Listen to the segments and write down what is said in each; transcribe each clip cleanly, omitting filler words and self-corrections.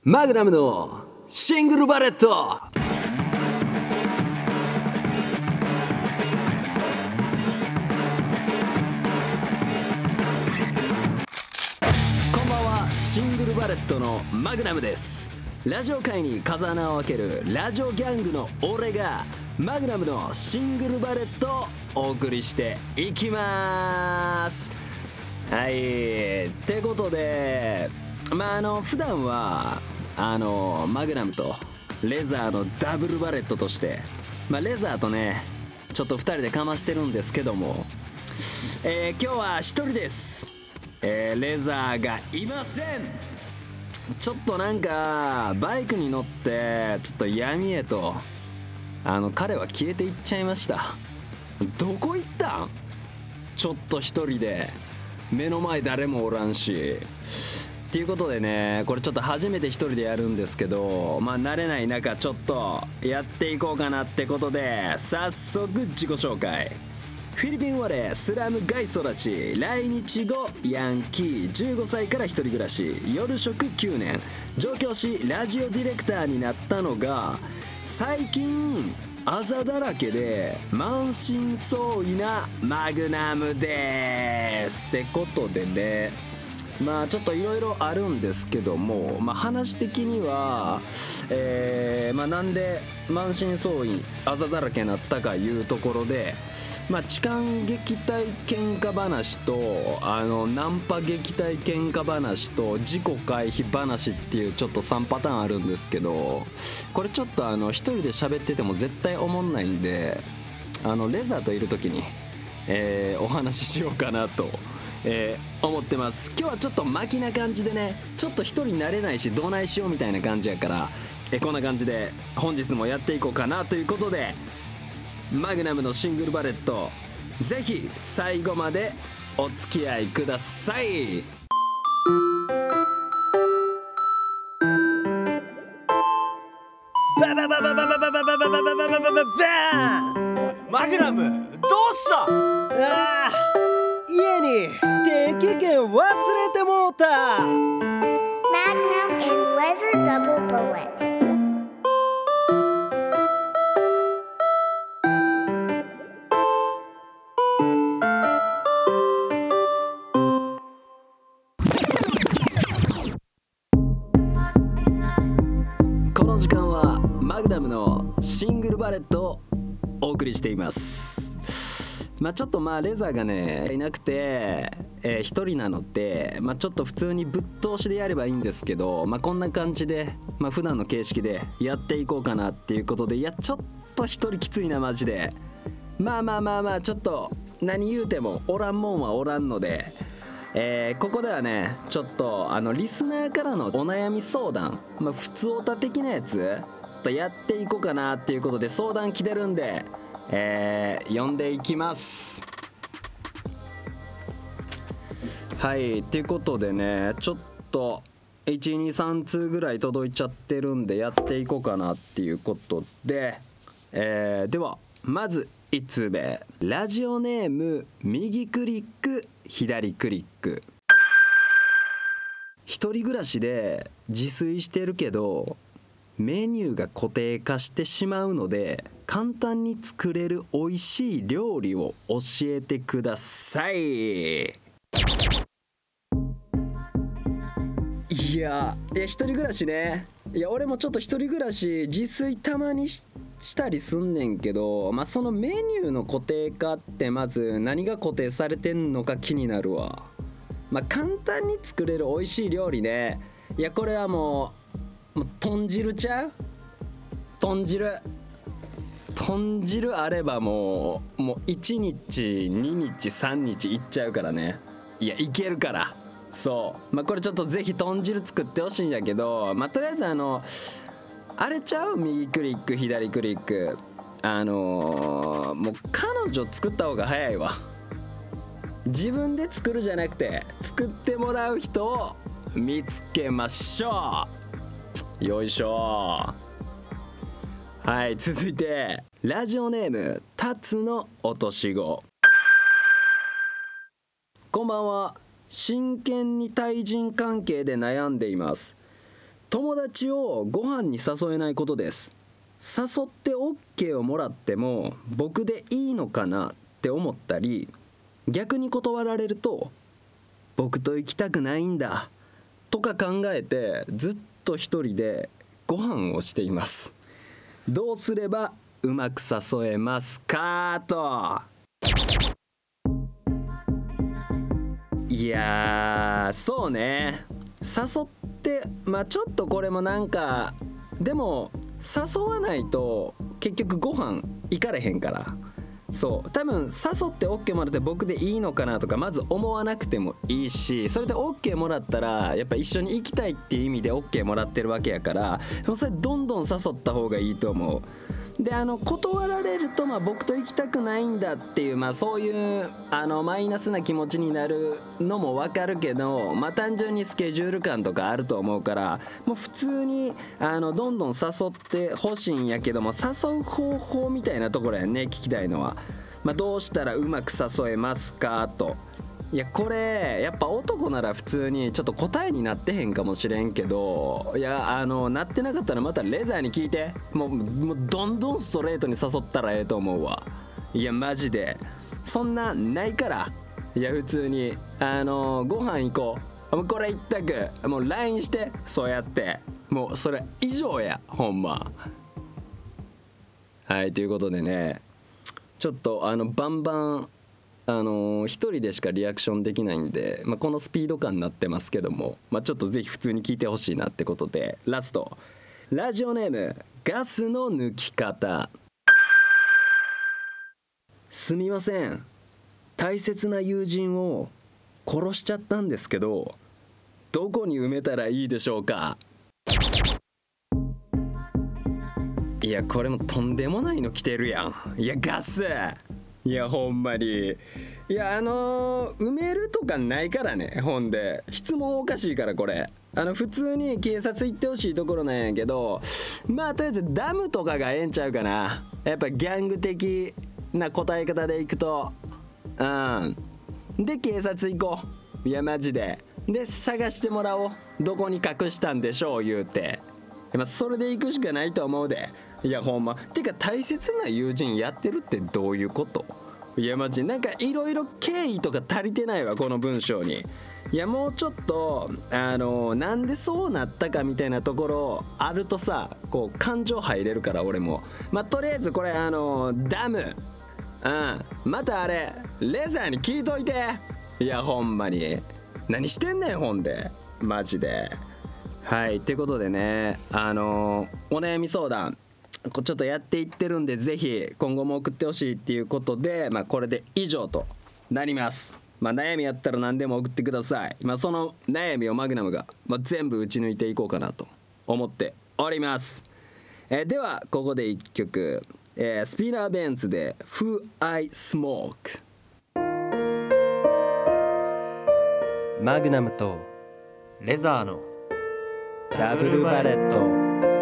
マグナムのシングルバレット。こんばんは、シングルバレットのマグナムです。ラジオ界に風穴を開けるラジオギャングの俺がマグナムのシングルバレットをお送りしていきます。はい、ってことで普段はマグナムとレザーのダブルバレットとして、レザーとねちょっと2人でかましてるんですけども、今日は1人です。レザーがいません。ちょっとなんかバイクに乗ってちょっと闇へと彼は消えていっちゃいました。どこ行ったん？ちょっと一人で、目の前誰もおらんしっていうことでね、これちょっと初めて一人でやるんですけど、慣れない中ちょっとやっていこうかなってことで、早速自己紹介。フィリピン生まれ、スラム街育ち、来日後ヤンキー、15歳から一人暮らし、夜食9年、上京しラジオディレクターになったのが最近あざだらけで満身創痍なマグナムですってことでね、ちょっといろいろあるんですけども、話的には、なんで満身創痍あざだらけになったかいうところで、痴漢撃退喧嘩話とナンパ撃退喧嘩話と事故回避話っていうちょっと3パターンあるんですけど、これちょっと一人で喋ってても絶対思んないんで、レザーといる時に、お話ししようかなと思ってます。今日はちょっと巻きな感じでね、ちょっと一人になれないしどないしようみたいな感じやから、こんな感じで本日もやっていこうかなということで、マグナムのシングルバレット、ぜひ最後までお付き合いください。バババババババババババババババーン。 マグナム、どうした？ 家に定期券忘れてもうた。 Magnum and Leather Double Bullet. この時間はマグナムのシングルバレットをお送りしています。ちょっとレザーがねいなくて、一人なので、ちょっと普通にぶっ通しでやればいいんですけど、こんな感じで、普段の形式でやっていこうかなっていうことで、いやちょっと一人きついなマジで。ちょっと何言うてもおらんもんはおらんので、ここではねちょっとリスナーからのお悩み相談、普通オタ的なやつやっていこうかなっていうことで相談来てるんで、読んでいきます。はいっていうことでね、ちょっと123通ぐらい届いちゃってるんでやっていこうかなっていうことで、ではまず1通目、ラジオネーム右クリック左クリック。一人暮らしで自炊してるけどメニューが固定化してしまうので、簡単に作れる美味しい料理を教えてください。いや一人暮らしね。いや俺もちょっと一人暮らし自炊たまにしたりすんねんけど、そのメニューの固定化ってまず何が固定されてんのか気になるわ。簡単に作れる美味しい料理ね。いやこれはもう豚汁ちゃう？豚汁あればもう1日2日3日いっちゃうからね。いやいけるから。そう、これちょっとぜひ豚汁作ってほしいんやけど、とりあえずあれちゃう？右クリック左クリック、もう彼女作った方が早いわ。自分で作るじゃなくて作ってもらう人を見つけましょう。よいしょ。はい、続いてラジオネームタツの落とし子。こんばんは。真剣に対人関係で悩んでいます。 友達をご飯に誘えないことです。誘って OK をもらっても僕でいいのかなって思ったり、逆に断られると僕と行きたくないんだとか考えてずっと一人でご飯をしています。どうすればうまく誘えますかと。いやーそうね、誘ってちょっとこれもなんかでも誘わないと結局ご飯行かれへんから、そう多分誘って OK もらって僕でいいのかなとかまず思わなくてもいいし、それで OK もらったらやっぱ一緒に行きたいっていう意味で OK もらってるわけやから、それどんどん誘った方がいいと思う。で断られると僕と行きたくないんだっていうそういうマイナスな気持ちになるのも分かるけど、単純にスケジュール感とかあると思うから、もう普通にどんどん誘ってほしいんやけども、誘う方法みたいなところやね、聞きたいのは。どうしたらうまく誘えますかと。いやこれやっぱ男なら普通にちょっと答えになってへんかもしれんけど、いやなってなかったらまたレザーに聞いて、もうどんどんストレートに誘ったらええと思うわ。いやマジでそんなないから。いや普通にご飯行こう、もうこれ一択、もう LINE してそうやって、もうそれ以上やほんま。はい、ということでね、ちょっとバンバン一人でしかリアクションできないんで、このスピード感になってますけども、ちょっとぜひ普通に聞いてほしいなってことで、ラストラジオネームガスの抜き方。すみません、大切な友人を殺しちゃったんですけど、どこに埋めたらいいでしょうか。いやこれもとんでもないの来てるやん。いやガス、いやほんまに、いや埋めるとかないからね。ほんで質問おかしいから、これ普通に警察行ってほしいところなんやけど、とりあえずダムとかがええんちゃうかな。やっぱギャング的な答え方でいくと、で警察行こう。いやマジで探してもらおう、どこに隠したんでしょう言うて。それで行くしかないと思うで。いやほんま、てか大切な友人やってるってどういうこと。いやマジなんかいろいろ経緯とか足りてないわこの文章に。いやもうちょっとなんでそうなったかみたいなところあるとさ、こう感情入れるから俺も。とりあえずこれダム、またレザーに聞いといて。いやほんまに何してんねんほんでマジで。はい、ってことでね、お悩み相談ちょっとやっていってるんで、ぜひ今後も送ってほしいっていうことで、これで以上となります。悩みやったら何でも送ってください。その悩みをマグナムが、全部打ち抜いていこうかなと思っております。ではここで1曲、スピナーベンツで Who I Smoke。 マグナムとレザーのダブルバレット。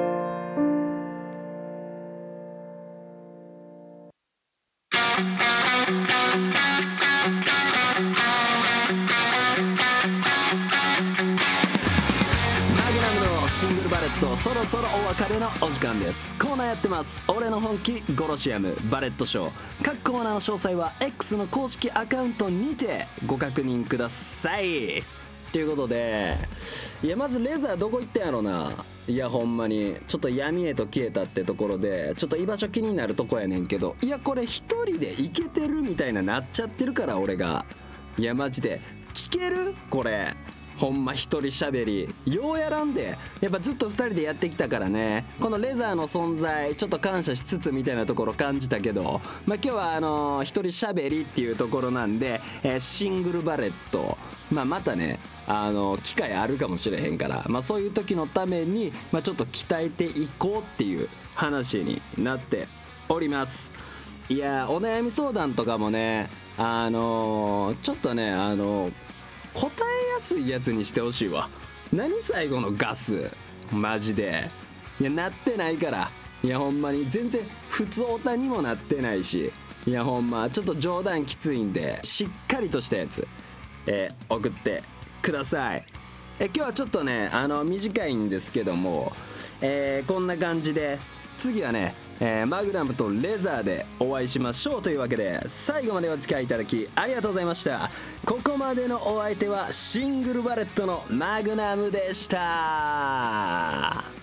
シングルバレット、そろそろお別れのお時間です。コーナーやってます。俺の本気ゴロシアムバレットショー。各コーナーの詳細は X の公式アカウントにてご確認ください。ということで、いやまずレザーどこ行ったんやろな。いやほんまにちょっと闇へと消えたってところで、ちょっと居場所気になるとこやねんけど、いやこれ一人で行けてるみたいななっちゃってるから俺が。いやマジで聞けるこれほんま一人喋りようやらんで。やっぱずっと2人でやってきたからね、このレザーの存在ちょっと感謝しつつみたいなところ感じたけど、今日は一人喋りっていうところなんで、シングルバレット、またね機会あるかもしれへんから、そういう時のために、ちょっと鍛えていこうっていう話になっております。いやお悩み相談とかもねちょっとね答えやすいやつにしてほしいわ。何最後のガスマジで。いやなってないから。いやほんまに全然普通オタにもなってないし、いやほんまちょっと冗談きついんでしっかりとしたやつ、送ってください。 今日はちょっとね短いんですけども、こんな感じで次はね、マグナムとレザーでお会いしましょうというわけで、最後までお付き合いいただきありがとうございました。ここまでのお相手はシングルバレットのマグナムでした。